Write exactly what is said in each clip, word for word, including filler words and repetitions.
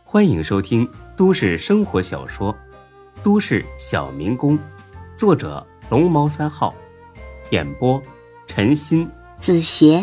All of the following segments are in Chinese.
欢迎收听都市生活小说《都市小民工》，作者龙猫三号，演播陈鑫、 子邪，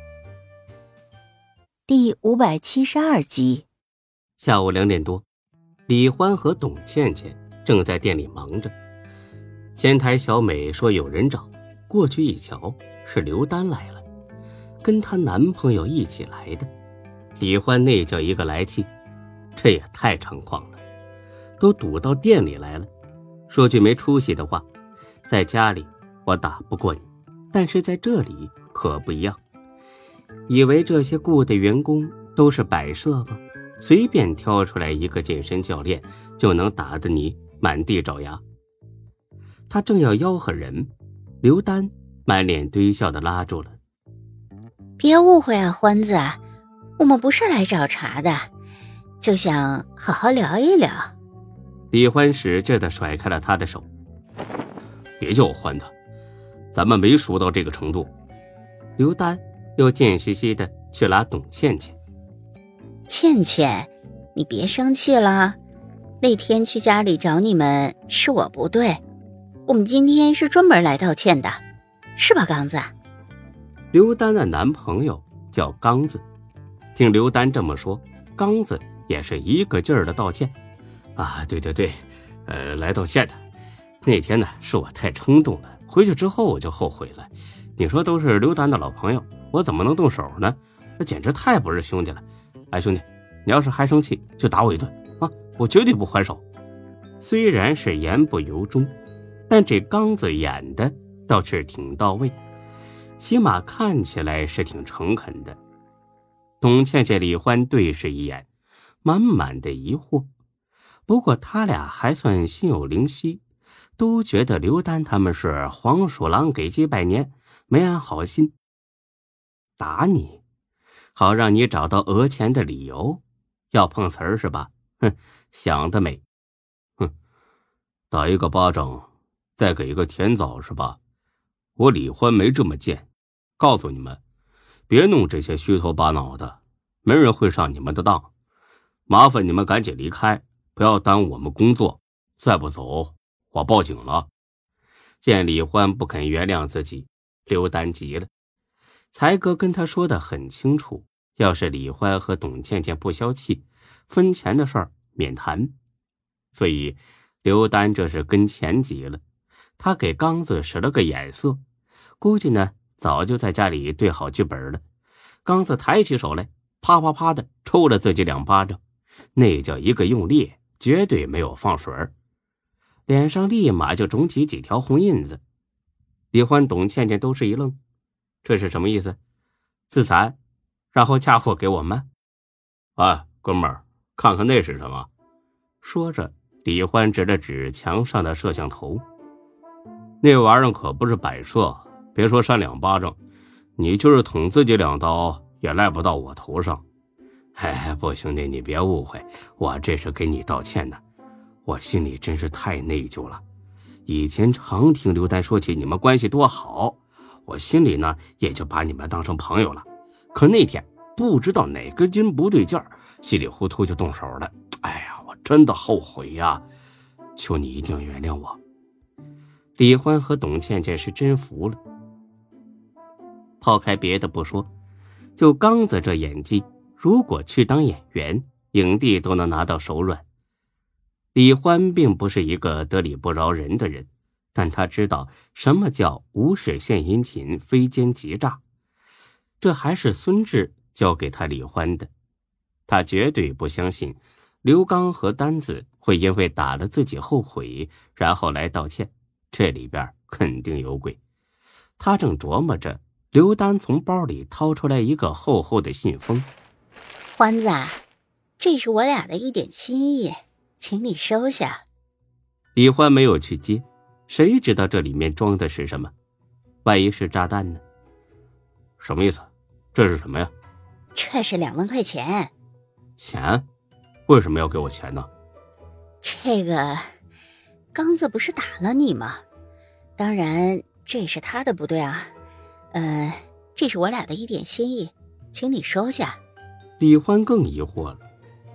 第五百七十二集。 下午两点多，李欢和董倩倩正在店里忙着。前台小美说有人找，过去一瞧，是刘丹来了，跟她男朋友一起来的。李欢那叫一个来气，这也太猖狂了，都堵到店里来了。说句没出息的话，在家里我打不过你，但是在这里可不一样。以为这些雇的员工都是摆设吗？随便挑出来一个健身教练就能打得你满地找牙。他正要吆喝人，刘丹满脸堆笑地拉住了。 别误会啊，欢子，我们不是来找茬的，就想好好聊一聊。 李欢使劲地甩开了他的手。别叫我欢子，咱们没熟到这个程度。刘丹又贱兮兮地去拉董倩倩。 倩倩，你别生气了，那天去家里找你们是我不对，我们今天是专门来道歉的，是吧刚子？ 刘丹的男朋友叫刚子，听刘丹这么说，刚子也是一个劲儿的道歉。啊，对对对，呃，来道歉的。那天呢，是我太冲动了，回去之后我就后悔了。你说都是刘丹的老朋友，我怎么能动手呢？那简直太不是兄弟了。哎，兄弟，你要是还生气，就打我一顿啊！我绝对不还手。虽然是言不由衷，但这刚子演的倒是挺到位，起码看起来是挺诚恳的。董倩倩、李欢对视一眼，满满的疑惑。不过他俩还算心有灵犀，都觉得刘丹他们是黄鼠狼给鸡拜年，没安好心。打你，好让你找到讹钱的理由，要碰瓷儿是吧？哼，想得美。哼，打一个巴掌，再给一个甜枣是吧？我李欢没这么贱，告诉你们，别弄这些虚头巴脑的，没人会上你们的当。麻烦你们赶紧离开，不要耽误我们工作，再不走，我报警了。见李欢不肯原谅自己，刘丹急了。才哥跟他说的很清楚，要是李欢和董倩倩不消气，分钱的事儿免谈。所以刘丹这是跟钱急了，他给刚子使了个眼色，估计呢早就在家里对好剧本了。刚子抬起手来，啪啪啪的抽了自己两巴掌，那叫一个用力，绝对没有放水儿，脸上立马就肿起几条红印子。李欢、董倩倩都是一愣，这是什么意思？自残，然后嫁祸给我们？哎，哥们儿，看看那是什么？说着，李欢指了指墙上的摄像头。那玩意儿可不是摆设，别说扇两巴掌，你就是捅自己两刀，也赖不到我头上。哎，不，兄弟，你别误会，我这是给你道歉呢。我心里真是太内疚了。以前常听刘丹说起你们关系多好，我心里呢也就把你们当成朋友了。可那天不知道哪根筋不对劲儿，稀里糊涂就动手了。哎呀，我真的后悔呀！求你一定原谅我。李欢和董倩倩是真服了。抛开别的不说，就刚子这演技，如果去当演员，影帝都能拿到手软。李欢并不是一个得理不饶人的人，但他知道什么叫无事献殷勤，非奸即诈。这还是孙志教给他李欢的。他绝对不相信刘刚和丹子会因为打了自己后悔，然后来道歉，这里边肯定有鬼。他正琢磨着，刘丹从包里掏出来一个厚厚的信封。 欢子，这是我俩的一点心意，请你收下。 李欢没有去接，谁知道这里面装的是什么？万一是炸弹呢？什么意思？这是什么呀？ 这是两万块钱。 钱？为什么要给我钱呢？ 这个刚子不是打了你吗？当然这是他的不对啊，呃，这是我俩的一点心意，请你收下。 李欢更疑惑了，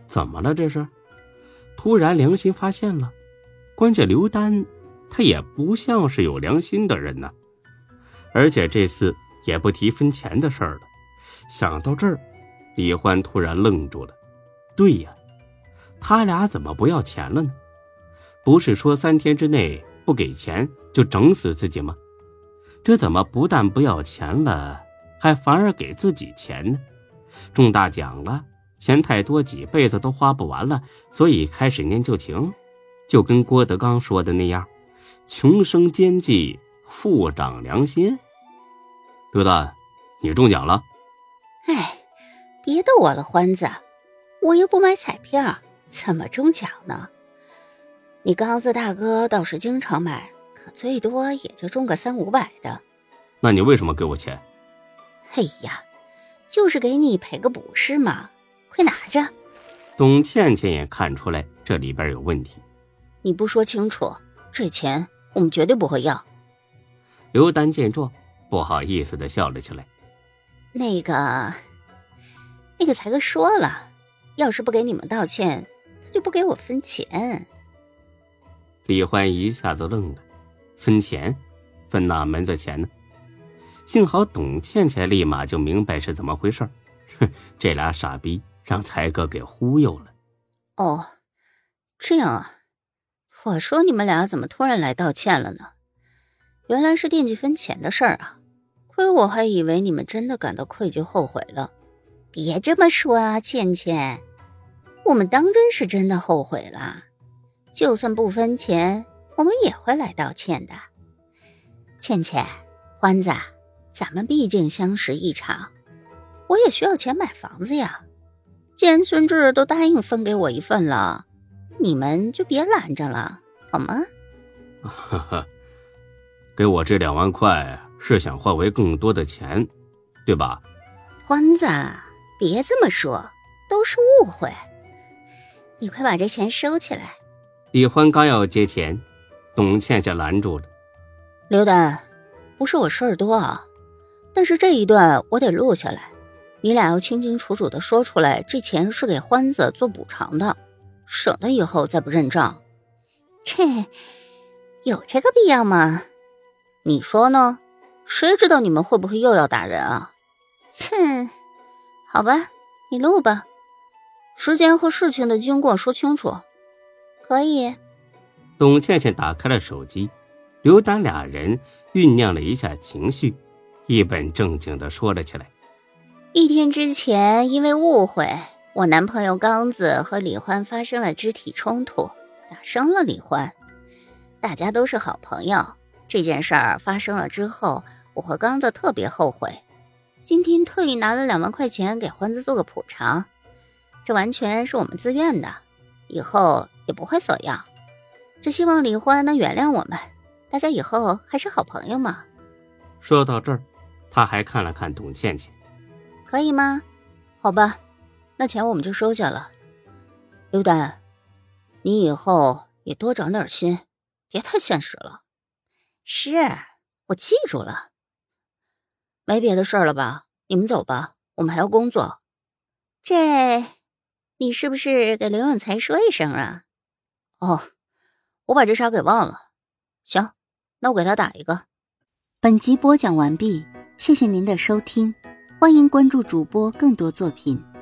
怎么了这是？突然良心发现了，关键刘丹他也不像是有良心的人呢，而且这次也不提分钱的事儿了。想到这儿，李欢突然愣住了。对呀，他俩怎么不要钱了呢？不是说三天之内不给钱就整死自己吗？这怎么不但不要钱了，还反而给自己钱呢？中大奖了，钱太多几辈子都花不完了，所以开始念旧情，就跟郭德纲说的那样，穷生奸计，富长良心。刘丹，你中奖了。 哎，别逗我了，欢子，我又不买彩票，怎么中奖呢？你刚子大哥倒是经常买，可最多也就中个三五百的。 那你为什么给我钱？ 哎呀，就是给你赔个不是嘛，快拿着。 董倩倩也看出来这里边有问题。 你不说清楚，这钱我们绝对不会要。 刘丹见状，不好意思地笑了起来。 那个那个才哥说了，要是不给你们道歉，他就不给我分钱。 李欢一下子愣了，分钱？分哪门子钱呢？幸好董倩倩立马就明白是怎么回事。哼，这俩傻逼让才哥给忽悠了。 哦，这样啊，我说你们俩怎么突然来道歉了呢？原来是惦记分钱的事儿啊，亏我还以为你们真的感到愧疚后悔了。别这么说啊，倩倩，我们当真是真的后悔了，就算不分钱，我们也会来道歉的。倩倩，欢子，咱们毕竟相识一场，我也需要钱买房子呀。既然孙志都答应分给我一份了，你们就别拦着了，好吗？ 哈哈，给我这两万块是想换回更多的钱，对吧？ 欢子，别这么说，都是误会。你快把这钱收起来。 李欢刚要接钱，董倩倩拦住了。 刘丹，不是我事儿多啊，但是这一段我得录下来，你俩要清清楚楚的说出来，这钱是给欢子做补偿的，省得以后再不认账。这有这个必要吗？你说呢？谁知道你们会不会又要打人啊？哼，好吧，你录吧，时间和事情的经过说清楚。可以。 董倩倩打开了手机，刘丹俩人酝酿了一下情绪，一本正经地说了起来。 一天之前，因为误会，我男朋友刚子和李欢发生了肢体冲突，打伤了李欢。大家都是好朋友，这件事儿发生了之后，我和刚子特别后悔，今天特意拿了两万块钱给欢子做个补偿，这完全是我们自愿的，以后也不会索要，只希望李欢能原谅我们，大家以后还是好朋友嘛。 说到这儿，他还看了看董倩倩。 可以吗？好吧，那钱我们就收下了。刘丹，你以后也多长点心，别太现实了。是，我记住了。没别的事儿了吧？你们走吧，我们还要工作。这，你是不是给刘永才说一声啊？哦，我把这茬给忘了。行，那我给他打一个。 本集播讲完毕，谢谢您的收听，欢迎关注主播更多作品。